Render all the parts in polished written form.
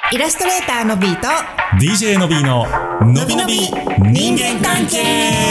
イラストレーターのビーと DJ の B ののびのび人間関係。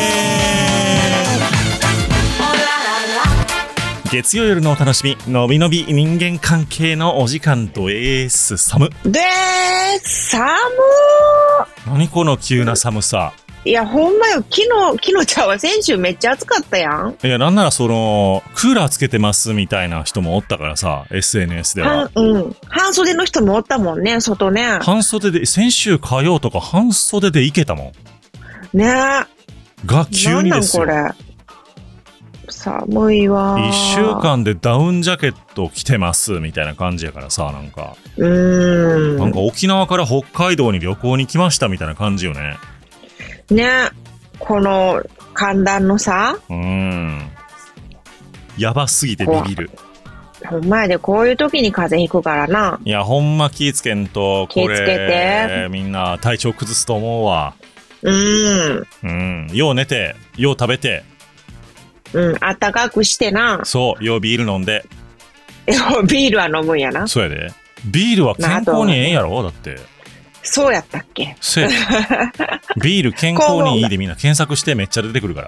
月曜夜のお楽しみ、のびのび人間関係のお時間です。寒でーす。寒ー。 何この急な寒さ。 いやほんまよ、昨日ちゃうわ、先週めっちゃ暑かったやん。 いや、なんならクーラーつけてますみたいな人もおったからさ、 SNS では。 半袖の人もおったもんね、外ね。 半袖で、先週火曜とか半袖でいけたもんね。 が急にですよ。 なんなんこれ、寒いわー。 1週間でダウンジャケット着てますみたいな感じやからさ、なんか沖縄から北海道に旅行に来ましたみたいな感じよね。 ね、この寒暖の差、 やばすぎてビビる。 ほんまやで、こういう時に風邪ひくからな。 いやほんま気ぃつけんと、これ気ぃつけて、 みんな体調崩すと思うわ。よう寝て、よう食べて、 あったかくしてな。 そう、ようビール飲んで。 ビールは飲むんやな。 そうやで。ビールは健康にええんやろ、だって。 そうやったっけ。 せビール健康にいいでみんな検索してめっちゃ出てくるから。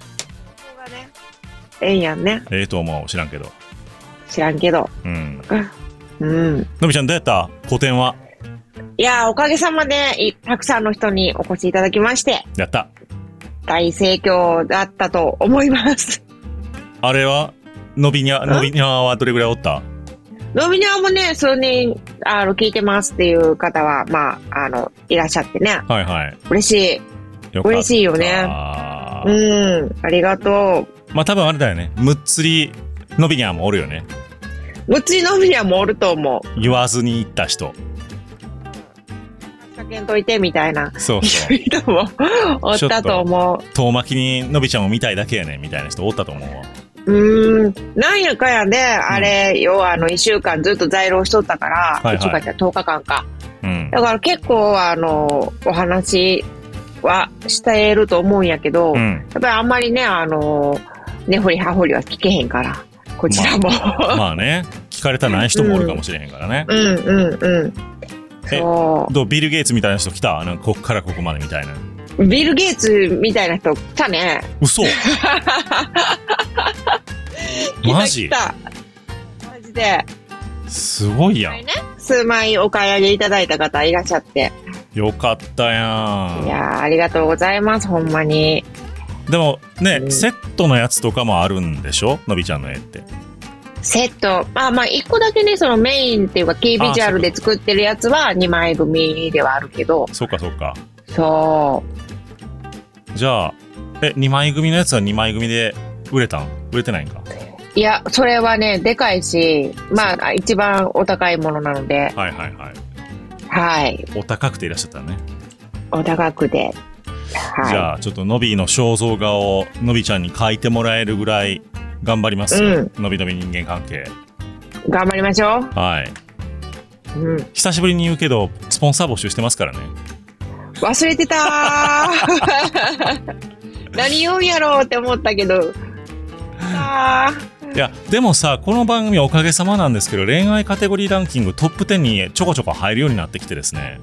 ええんやんね。 ええと思う。知らんけど。のびちゃんどうやった？個展は。 いやー、おかげさまでたくさんの人にお越しいただきまして。 やった。 大盛況だったと思います。 あれはのびにゃはどれぐらいおった？ のびにゃもね、数人聞いてますっていう方はいらっしゃってね。 はいはい。 嬉しい。嬉しいよね。ありがとう。まあ多分あれだよね。むっつりのびにゃもおるよね。 むっつりのびにゃもおると思う。 言わずに行った人。 叫んといてみたいな。 そう。 人もおったと思う。 遠巻きにのびちゃんを見たいだけやねみたいな人おったと思うわ。 なんやかやで、あれ、要は1週間ずっと在労しとったから、1週間じゃ10日間か。だから結構お話はしていると思うんやけど、やっぱりあんまりね、根掘り葉掘りは聞けへんから、こちらも。 まあね、聞かれたない人もおるかもしれへんからね。 そう。 どうビル・ゲイツみたいな人来た？なんかこっからここまでみたいな。 ビル・ゲイツみたいな人来たね。 嘘マジ？ 来た。マジで。 すごいやん。 数枚お買い上げいただいた方いらっしゃって。 よかったやん。 いやー、ありがとうございます、ほんまに。 でもね、セットのやつとかもあるんでしょ？のびちゃんの絵って。 セット。まあ一個だけね、そのメインっていうか、キービジュアルで作ってるやつは2枚組ではあるけど。 そうか。 そう。 じゃあ、2枚組のやつは2枚組で売れてないんか？ いや、それはね、でかいし、一番お高いものなので。はい。 お高くていらっしゃったね。 お高くで。はい。 じゃあ、ちょっとのびの肖像画をのびちゃんに描いてもらえるぐらい頑張りますよ。のびのび人間関係。 頑張りましょう。 はい。久しぶりに言うけど、スポンサー募集してますからね。 忘れてたー。何言うんやろうって思ったけど。 いやでもさ、この番組おかげさまなんですけど、恋愛カテゴリーランキングトップ10にちょこちょこ入るようになってきてですね。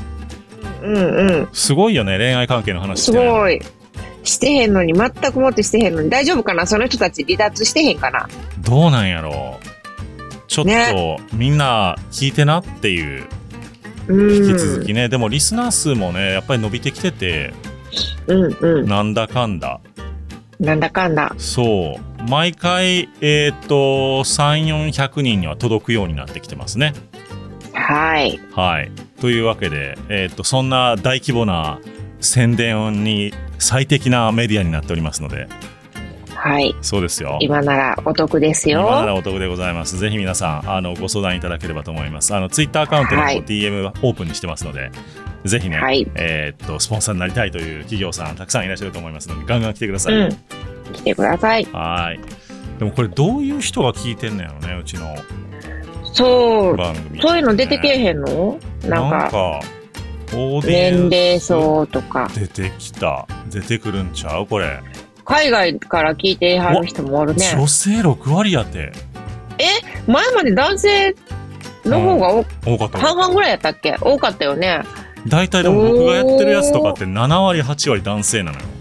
すごいよね、恋愛関係の話って。 すごい。してへんのに、全くもってしてへんのに、大丈夫かな、その人たち離脱してへんかな。 どうなんやろう。ちょっと、みんな聞いてなっていう。引き続きね。でもリスナー数もね、やっぱり伸びてきてて、なんだかんだ。そう。毎回、3、400人には届くようになってきてますね。 はい。 というわけで、そんな大規模な宣伝に最適なメディアになっておりますので。 はい。 そうですよ。 今ならお得ですよ。 今ならお得でございます。ぜひ皆さん、ご相談いただければと思います。ツイッターアカウントの DM オープンにしてますので、ぜひね、スポンサーになりたいという企業さんたくさんいらっしゃると思いますので、ガンガン来てください。 来てください。 でもこれどういう人が聞いてんのやろね、うちの番組。 そういうの出てけえへんの？なんか年齢層とか出てくるんちゃうこれ。 海外から聞いてはる人もおるね。 女性6割やって。 前まで男性の方が多かった。 半々ぐらいやったっけ？多かったよね。 大体でも僕がやってるやつとかって7割8割男性なのよ。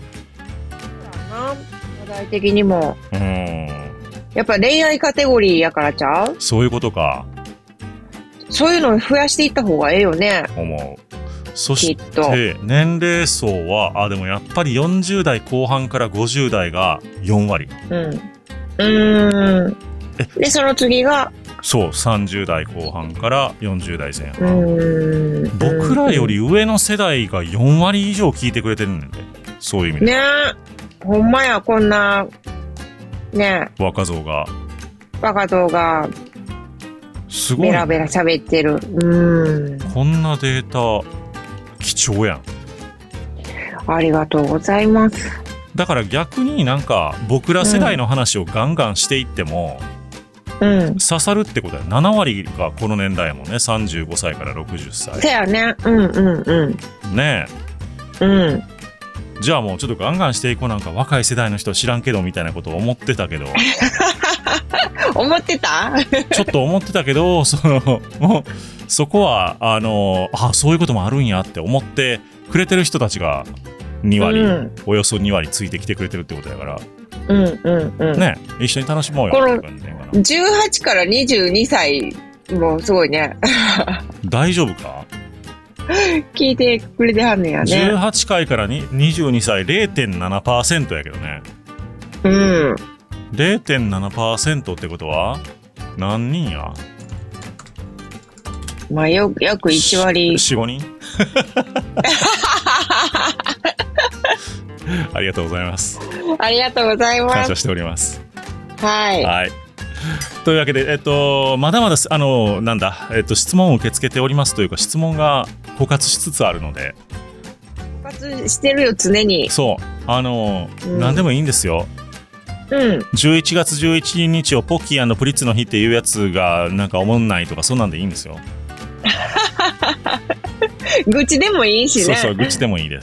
世代的にも。やっぱ恋愛カテゴリーやからちゃう？ そういうことか。 そういうのを増やしていった方がええよね。 思う。そして年齢層はでもやっぱり40代後半から50代が4割。 でその次がそう30代後半から40代前半。僕らより上の世代が4割以上聞いてくれてるんで、そういう意味で。 ねえ、ほんまや、こんなねえ若造がすごい、 ベラベラ喋ってる。 こんなデータ貴重やん。 ありがとうございます。 だから逆になんか僕ら世代の話をガンガンしていっても、刺さるってことや。7割がこの年代やもんね。35歳から60歳。 そうやね。 ねえ。じゃあもうちょっとガンガンしていこう。なんか若い世代の人知らんけどみたいなことを思ってたけど思ってたちょっと思ってたけど、もうそこはそういうこともあるんやって思ってくれてる人たちが2割、およそ2割ついてきてくれてるってことやから、ね、一緒に楽しもうよ。 この18から22歳もすごいね大丈夫か？ 聞いてくれてはんねやね。 18回から22歳 0.7% やけどね。0.7% ってことは何人や？ まあ約1割。 4、5人ありがとうございます。 ありがとうございます。 感謝しております。 はい。 というわけで、まだまだ質問を受け付けておりますというか、質問が枯渇しつつあるので。 枯渇してるよ、常に。 そう。何でもいいんですよ。11月11日をポッキー&プリッツの日っていうやつがなんかおもんないとか、そんなんでいいんですよ。 愚痴でもいいしね。 そう、愚痴でもいいです。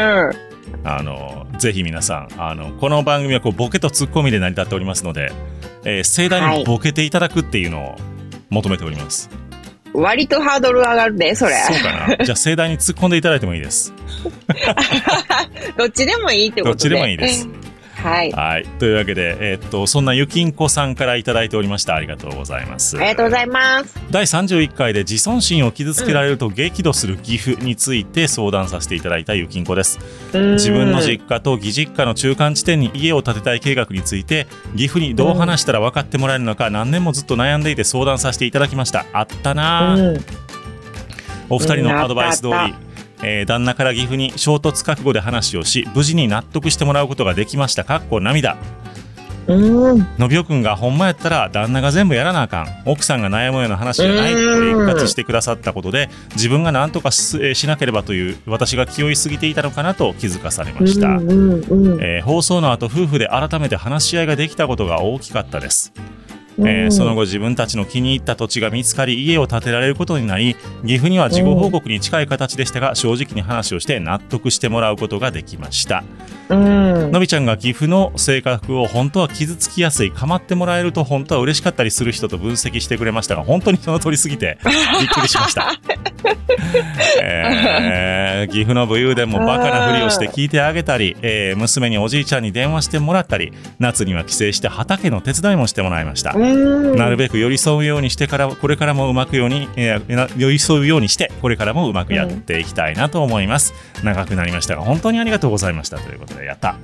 ぜひ皆さん、この番組はボケとツッコミで成り立っておりますので、盛大にボケていただくっていうのを求めております。 割とハードル上がるね、それ。 そうかな。じゃあ盛大に突っ込んでいただいてもいいです。 どっちでもいいってことで。 どっちでもいいです。 はい。 というわけで、そんなゆきんこさんからいただいておりました。ありがとうございます。 ありがとうございます。 第31回で自尊心を傷つけられると激怒する義父について相談させていただいたゆきんこです。自分の実家と義実家の中間地点に家を建てたい計画について、義父にどう話したら分かってもらえるのか、何年もずっと悩んでいて相談させていただきました。あったなお二人のアドバイス通り、旦那から義父に衝突覚悟で話をし、無事に納得してもらうことができました。涙。のびおくんがほんまやったら旦那が全部やらなあかん、奥さんが悩むような話じゃないと一括してくださったことで、自分が何とか しなければという私が気負いすぎていたのかなと気づかされました。放送の後夫婦で改めて話し合いができたことが大きかったです。その後自分たちの気に入った土地が見つかり、家を建てられることになり、義父には事後報告に近い形でしたが、正直に話をして納得してもらうことができました。のびちゃんが義父の性格を本当は傷つきやすい、構ってもらえると本当は嬉しかったりする人と分析してくれましたが、本当にその通りすぎてびっくりしました義父の武勇伝もバカなふりをして聞いてあげたり、娘におじいちゃんに電話してもらったり、夏には帰省して畑の手伝いもしてもらいました。なるべく寄り添うようにしてから、これからもうまく寄り添うようにしてこれからもうまくやっていきたいなと思います。長くなりましたが本当にありがとうございましたということで、やった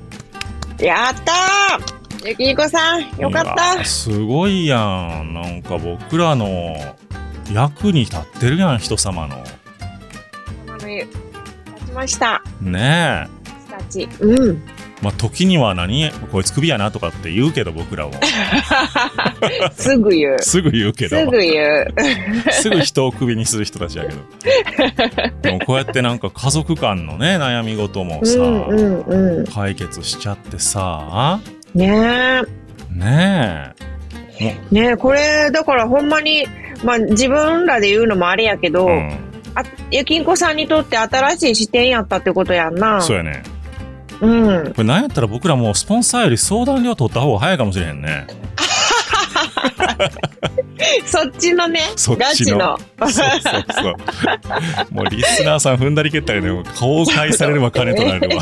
ゆきこさんよかった。 すごいやん。なんか僕らの役に立ってるやん、人様の。 立ちましたねえ。 まあ、時にはこいつクビやなとかって言うけど、僕らもすぐ言うけどすぐ人をクビにする人たちやけどでもこうやってなんか家族間のね悩み事もさ、解決しちゃってさねえこれだからほんまに、まあ、自分らで言うのもあれやけど、ゆきんこさんにとって新しい視点やったってことやんな。 そうやね。これなんやったら僕らもうスポンサーより相談料取った方が早いかもしれへんねそっちのね、ガチの。 そうそうそう。もうリスナーさん踏んだり蹴ったりね、公開されるわ金となるわ。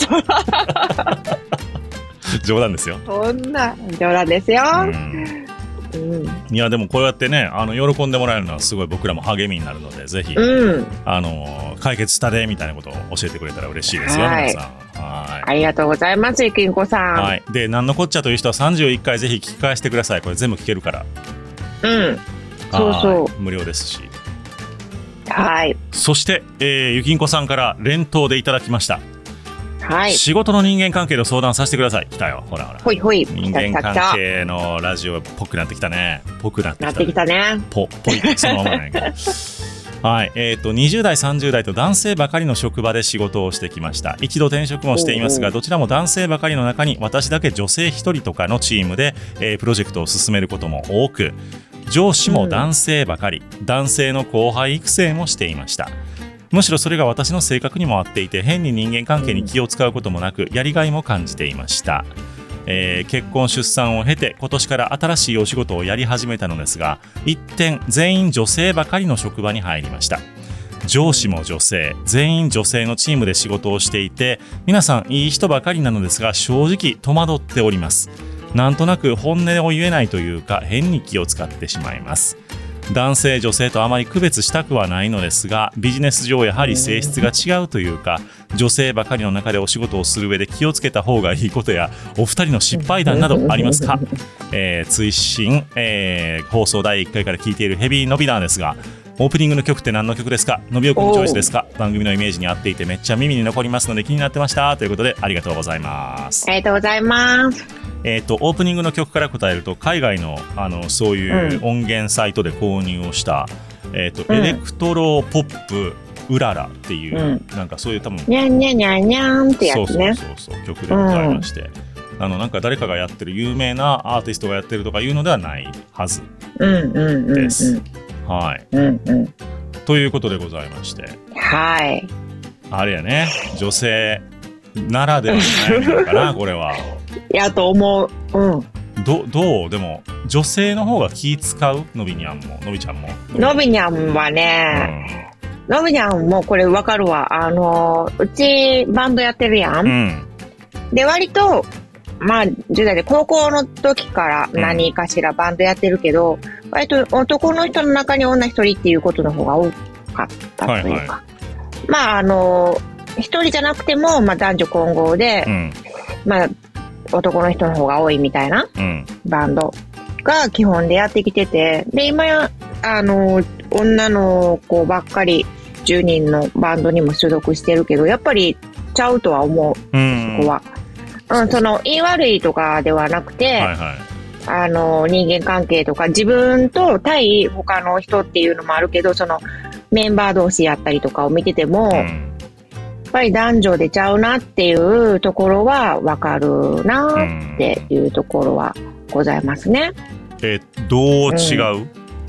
冗談ですよ。 そんな冗談ですよ。 いやでもこうやってね喜んでもらえるのはすごい僕らも励みになるので、ぜひ、解決したでみたいなことを教えてくれたら嬉しいですよ、皆さん。はい、 ありがとうございます、ゆきんこさん。 はい、でなんのこっちゃという人は31回ぜひ聞き返してください。これ全部聞けるから。 そうそう、 無料ですし。 はい。 そして、ゆきんこさんから連投でいただきました。 はい、 仕事の人間関係の相談させてください。来たよ、ほらほら。 ほいほい。 人間関係のラジオっぽくなってきたね。ぽくなってきたね。ぽいそのままなんやけど。はい、20代30代と男性ばかりの職場で仕事をしてきました。一度転職もしていますが、どちらも男性ばかりの中に私だけ女性1人とかのチームで、プロジェクトを進めることも多く、上司も男性ばかり、男性の後輩育成もしていました。むしろそれが私の性格にも合っていて、変に人間関係に気を使うこともなく、やりがいも感じていました。結婚出産を経て今年から新しいお仕事をやり始めたのですが、一転全員女性ばかりの職場に入りました。上司も女性、全員女性のチームで仕事をしていて、皆さんいい人ばかりなのですが、正直戸惑っております。なんとなく本音を言えないというか、変に気を使ってしまいます。男性女性とあまり区別したくはないのですが、ビジネス上やはり性質が違うというか、女性ばかりの中でお仕事をする上で気をつけた方がいいことや、お二人の失敗談などありますか？追伸、放送第1回から聞いているヘビーのびダーですが、オープニングの曲って何の曲ですか？のびおくんチョイスですか？番組のイメージに合っていてめっちゃ耳に残りますので気になってました、ということでありがとうございます。 ありがとうございます。 オープニングの曲から答えると、海外の、そういう音源サイトで購入をした、エレクトロポップうららっていう、なんかそういう多分にゃんにゃんにゃんにゃんってやつね。 そう曲でございまして、なんか誰かがやってる有名なアーティストがやってるとかいうのではないはずです。はい、ということでございまして、 はい、 あれやね、女性ならではの悩みかなこれは。 やと思う。 どうでも女性の方が気使う？のびにゃんものびちゃんも。 のびにゃんはね、のびにゃんもこれわかるわ。うちバンドやってるやん。で割とまあ10代で高校の時から何かしらバンドやってるけど、割と男の人の中に女一人っていうことの方が多かったというか、まあ一人じゃなくても、まあ、男女混合で、まあ男の人の方が多いみたいなバンドが基本でやってきてて、で今女の子ばっかり10人のバンドにも所属してるけど、やっぱりちゃうとは思う、そこは。その言い悪いとかではなくて、人間関係とか自分と対他の人っていうのもあるけど、そのメンバー同士やったりとかを見てても、やっぱり男女でちゃうなっていうところは分かるなっていうところはございますね。 どう違う？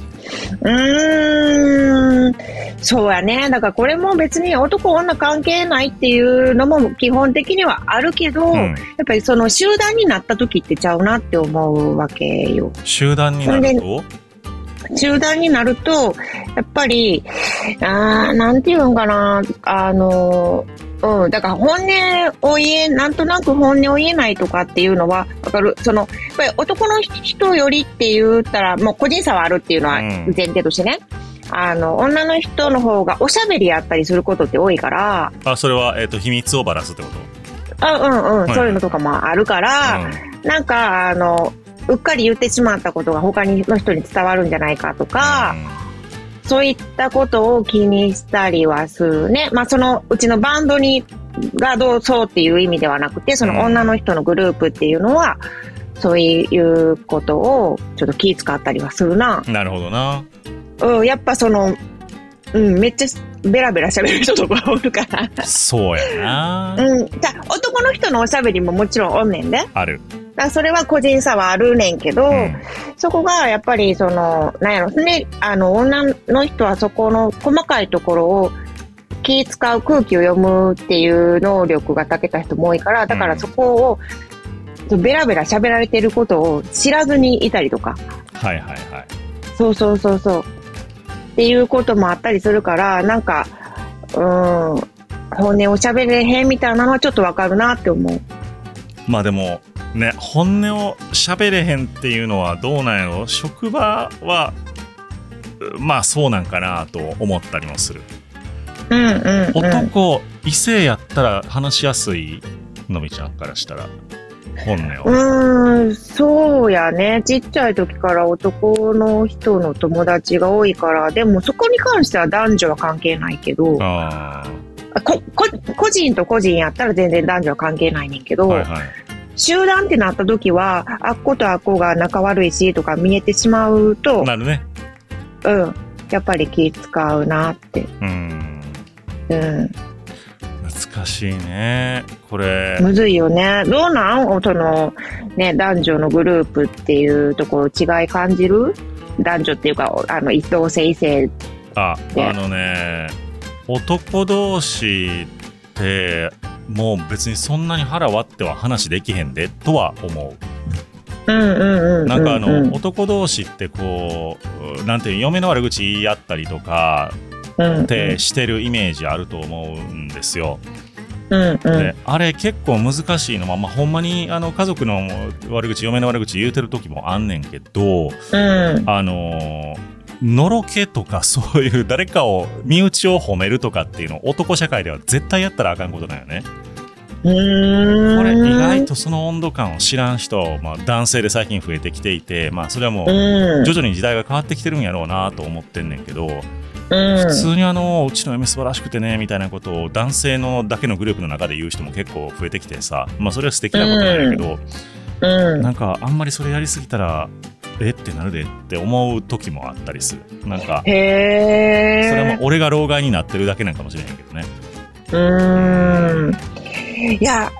そうやね。だからこれも別に男女関係ないっていうのも基本的にはあるけど、やっぱりその集団になった時ってちゃうなって思うわけよ。 集団になると？ 集団になるとやっぱりなんていうんかな、だから本音をなんとなく本音を言えないとかっていうのはわかる。やっぱり男の人よりって言ったらもう個人差はあるっていうのは前提としてね、女の人の方がおしゃべりやったりすることって多いから。 それは秘密をばらすってこと？ そういうのとかもあるから、なんかうっかり言ってしまったことが他の人に伝わるんじゃないかとか、そういったことを気にしたりはするね。まあそのうちのバンドがどうそうっていう意味ではなくて、その女の人のグループっていうのは、そういうことをちょっと気遣ったりはするな。 なるほどな。 やっぱめっちゃベラベラ喋る人とかおるから。 そうやな。 男の人のおしゃべりももちろんおんねんで。 ある。 それは個人差はあるねんけど、そこがやっぱりなんやろね、女の人はそこの細かいところを気使う、空気を読むっていう能力が長けた人も多いから、だからそこをベラベラ喋られてることを知らずにいたりとか。 そうっていうこともあったりするから、なんか本音を喋れへんみたいなのはちょっとわかるなって思う。 まあでもね、本音を喋れへんっていうのはどうなんやろ。職場はまあそうなんかなと思ったりもする。男異性やったら話しやすい、のみちゃんからしたら本音を。 そうやね。ちっちゃい時から男の人の友達が多いから、でもそこに関しては男女は関係ないけど、個人と個人やったら全然男女は関係ないねんけど、集団ってなった時はあっことあっこが仲悪いしとか見えてしまうと、 なるね。 やっぱり気使うなって。 難しいねこれ。 むずいよね。どうなんそのね、男女のグループっていうところ違い感じる？男女っていうか同性異性って。 男同士ってもう別にそんなに腹割っては話できへんでとは思う。なんか男同士ってこうなんていう、嫁の悪口言い合ったりとかってしてるイメージあると思うんですよ。であれ結構難しいのは、ほんまに家族の悪口、嫁の悪口言うてる時もあんねんけど、のろけとかそういう誰かを身内を褒めるとかっていうの男社会では絶対やったらあかんことだよね。これ意外とその温度感を知らん人、男性で最近増えてきていて、それはもう徐々に時代が変わってきてるんやろうなと思ってんねんけど、普通にうちの嫁素晴らしくてねみたいなことを男性のだけのグループの中で言う人も結構増えてきてさ、それは素敵なことなんやけど、なんかあんまりそれやりすぎたらってなるでって思う時もあったりする。なんかそれも俺が老害になってるだけなんかもしれへんけどね。 いや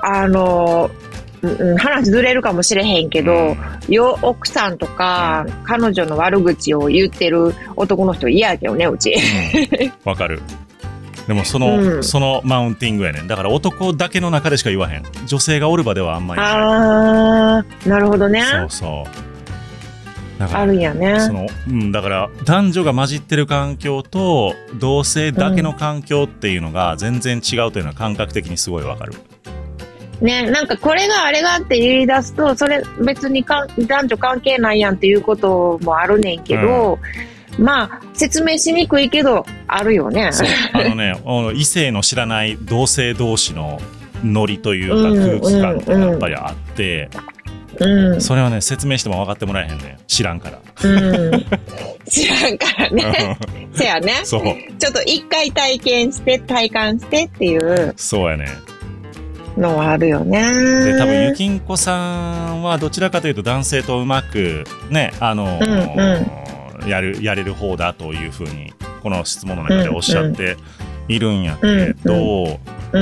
話ずれるかもしれへんけど、奥さんとか、彼女の悪口を言ってる男の人嫌やけどね、うち。 わかる。でもそのマウンティングやねん。だから男だけの中でしか言わへん。女性がおる場ではあんまりない。 なるほどね。 だからあるんやね。 だから男女が混じってる環境と同性だけの環境っていうのが全然違うというのは感覚的にすごいわかる。 ね、なんかこれがあれがって言い出すと、それ別に男女関係ないやんっていうこともあるねんけど、説明しにくいけどあるよね。 異性の知らない同性同士のノリというか空気感ってやっぱりあって、それはね説明しても分かってもらえへんねん。知らんから。 知らんからね。せやね。ちょっと一回体感してっていう。 そうやね。 のはあるよね。 で多分ゆきんこさんはどちらかというと男性とうまくねやれる方だというふうにこの質問の中でおっしゃっているんやけど、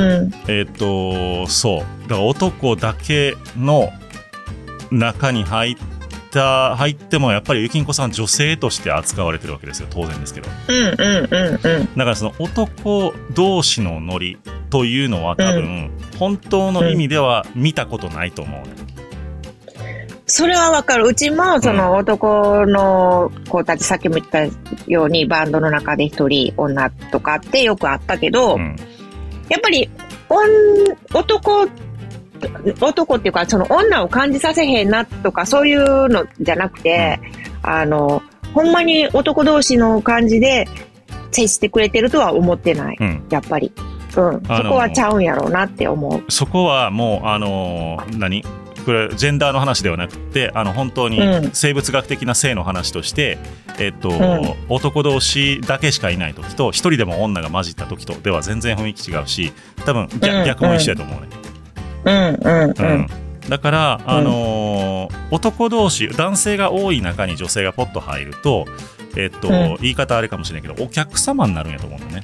そうだから男だけの中に入ってもやっぱりゆきんこさん女性として扱われてるわけですよ。当然ですけど、だからその男同士のノリというのは多分、本当の意味では見たことないと思うね。 それはわかる。うちもその男の子たち、さっきも言ったようにバンドの中で一人女とかってよくあったけど、やっぱり男っていうかその女を感じさせへんなとかそういうのじゃなくて、ほんまに男同士の感じで接してくれてるとは思ってない、やっぱり。そこはちゃうんやろうなって思う。そこはもうこれジェンダーの話ではなくて本当に生物学的な性の話として、男同士だけしかいない時と一人でも女が混じった時とでは全然雰囲気違うし、多分逆も一緒やと思うね。だから、男同士男性が多い中に女性がポッと入ると、言い方あれかもしれないけどお客様になるんやと思うんだよね。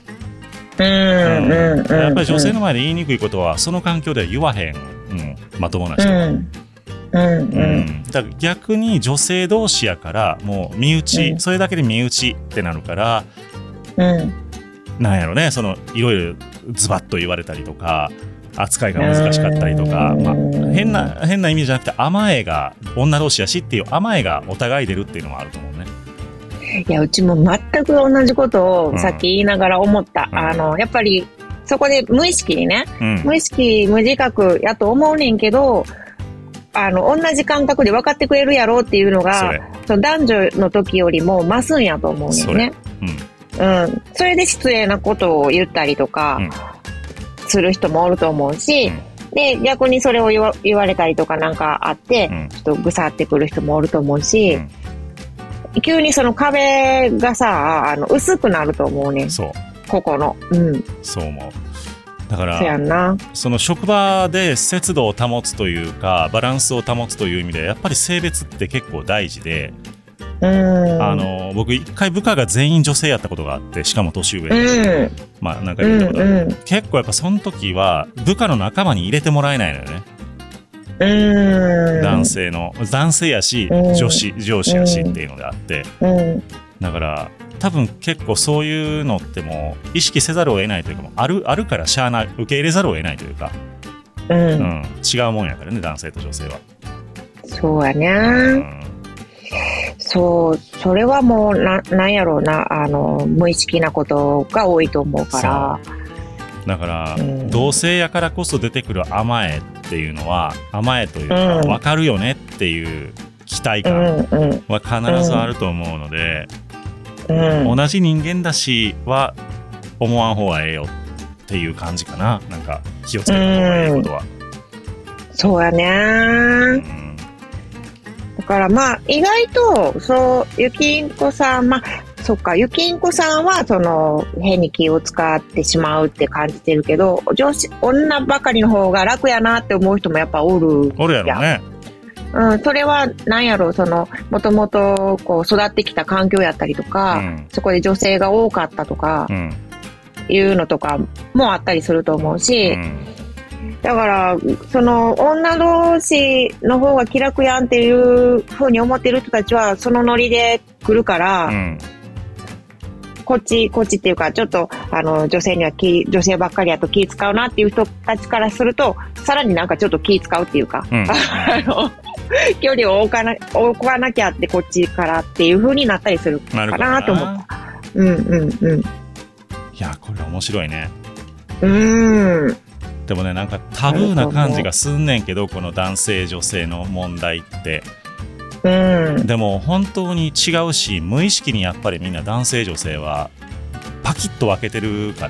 やっぱり女性の前で言いにくいことはその環境では言わへん、まともな人は、だから逆に女性同士やからもう身内、それだけで身内ってなるから、なんやろね、いろいろズバッと言われたりとか扱いが難しかったりとか、変な意味じゃなくて甘えが女同士やしっていう甘えがお互い出るっていうのもあると思うね。 いや、うちも全く同じことをさっき言いながら思った。やっぱり、そこで無意識にね、無意識、無自覚やと思うねんけど、同じ感覚で分かってくれるやろうっていうのが、その男女の時よりも増すんやと思うねんね。それで失礼なことを言ったりとか、する人もおると思うし、で、逆にそれを言われたりとかなんかあって、ちょっとぐさってくる人もおると思うし、急にその壁がさ、薄くなると思うね。 そう。 ここの。 そう思う。だから、 そうやんな。 その職場で節度を保つというか、バランスを保つという意味で、やっぱり性別って結構大事で、僕一回部下が全員女性やったことがあって、しかも年上で、まあなんか言ったことある、結構やっぱその時は部下の仲間に入れてもらえないのよね。男性やし、上司やしっていうのであって、だから多分結構そういうのってもう意識せざるを得ないというか、もうあるからしゃあない、受け入れざるを得ないというか、違うもんやからね、男性と女性は。 そうやね。そう、それはもうなんやろうな、無意識なことが多いと思うから。 だから、同性やからこそ出てくる甘えっていうのは、甘えというか分かるよねっていう期待感は必ずあると思うので、同じ人間だしは思わん方がええよっていう感じかな。なんか気をつけた方がいいことは。 そうやね。だからまあ意外とそうゆきんこさん、そっか、ゆきんこさんはその変に気を使ってしまうって感じてるけど、女ばかりの方が楽やなって思う人もやっぱおるやろね。 それはなんやろ、そのもともとこう育ってきた環境やったりとか、そこで女性が多かったとか、いうのとかもあったりすると思うし、だからその女同士の方が気楽やんっていう風に思ってる人たちはそのノリで来るから、こっちっていうか、ちょっと女性には女性ばっかりやと気使うなっていう人たちからすると、さらになんかちょっと気使うっていうか、距離を置かなきゃってこっちからっていう風になったりするかなと思った。 いや、これ面白いね。でもね、なんかタブーな感じがすんねんけど、この男性女性の問題って。でも本当に違うし、無意識にやっぱりみんな男性女性はパキッと分けてるから、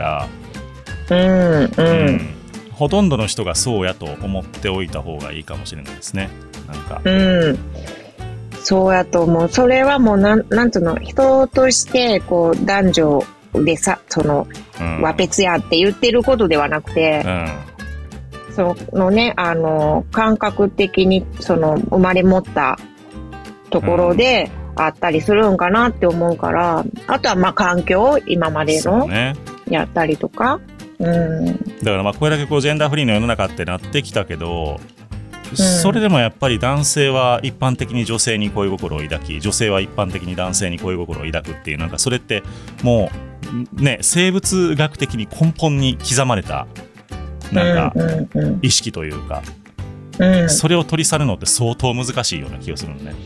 ほとんどの人がそうやと思っておいた方がいいかもしれないですね。なんか、 そうやと思う。それはもうなんつうの、人としてこう男女でさ、その、和別やって言ってることではなくて、そのね、感覚的にその生まれ持ったところであったりするんかなって思うから、あとはまあ環境、今までのやったりとか、だからまあこれだけこうジェンダーフリーの世の中ってなってきたけど、それでもやっぱり男性は一般的に女性に恋心を抱き、女性は一般的に男性に恋心を抱くっていう、なんかそれってもうね、生物学的に根本に刻まれたなんか意識というか、それを取り去るのって相当難しいような気がするのね。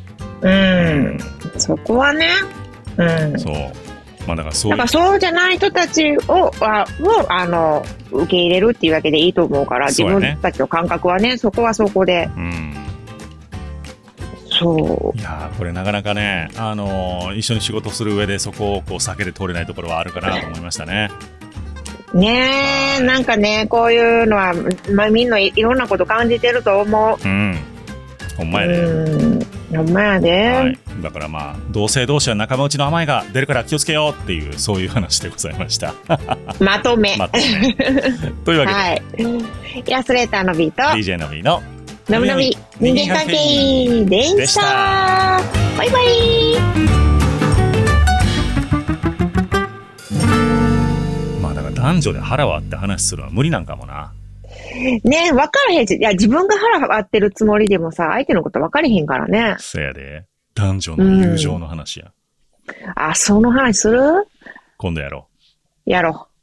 そこはね、 そう、まあだからそうじゃない人たちを受け入れるっていうだけでいいと思うから、自分たちの感覚はね、そこはそこで。そう。 いやこれなかなかね、一緒に仕事する上でそこをこう避けて通れないところはあるかなと思いましたね。 ねえ、なんかね、こういうのは、みんないろんなこと感じてると思う。 ほんまやで。 ほんまやで。 だからまあ同性同士は仲間内の甘えが出るから気をつけようっていう、そういう話でございました。 まとめ。 というわけで、 イラストレーターのビーと DJ のビーののびのび人間関係でした。バイバイ。 まあだから男女で腹割って話するのは無理なんかもな。 ねえ、分からへんし、いや、自分が腹割ってるつもりでもさ、相手のこと分かれへんからね。 そやで。男女の友情の話や。 その話する？ 今度やろう。 やろう。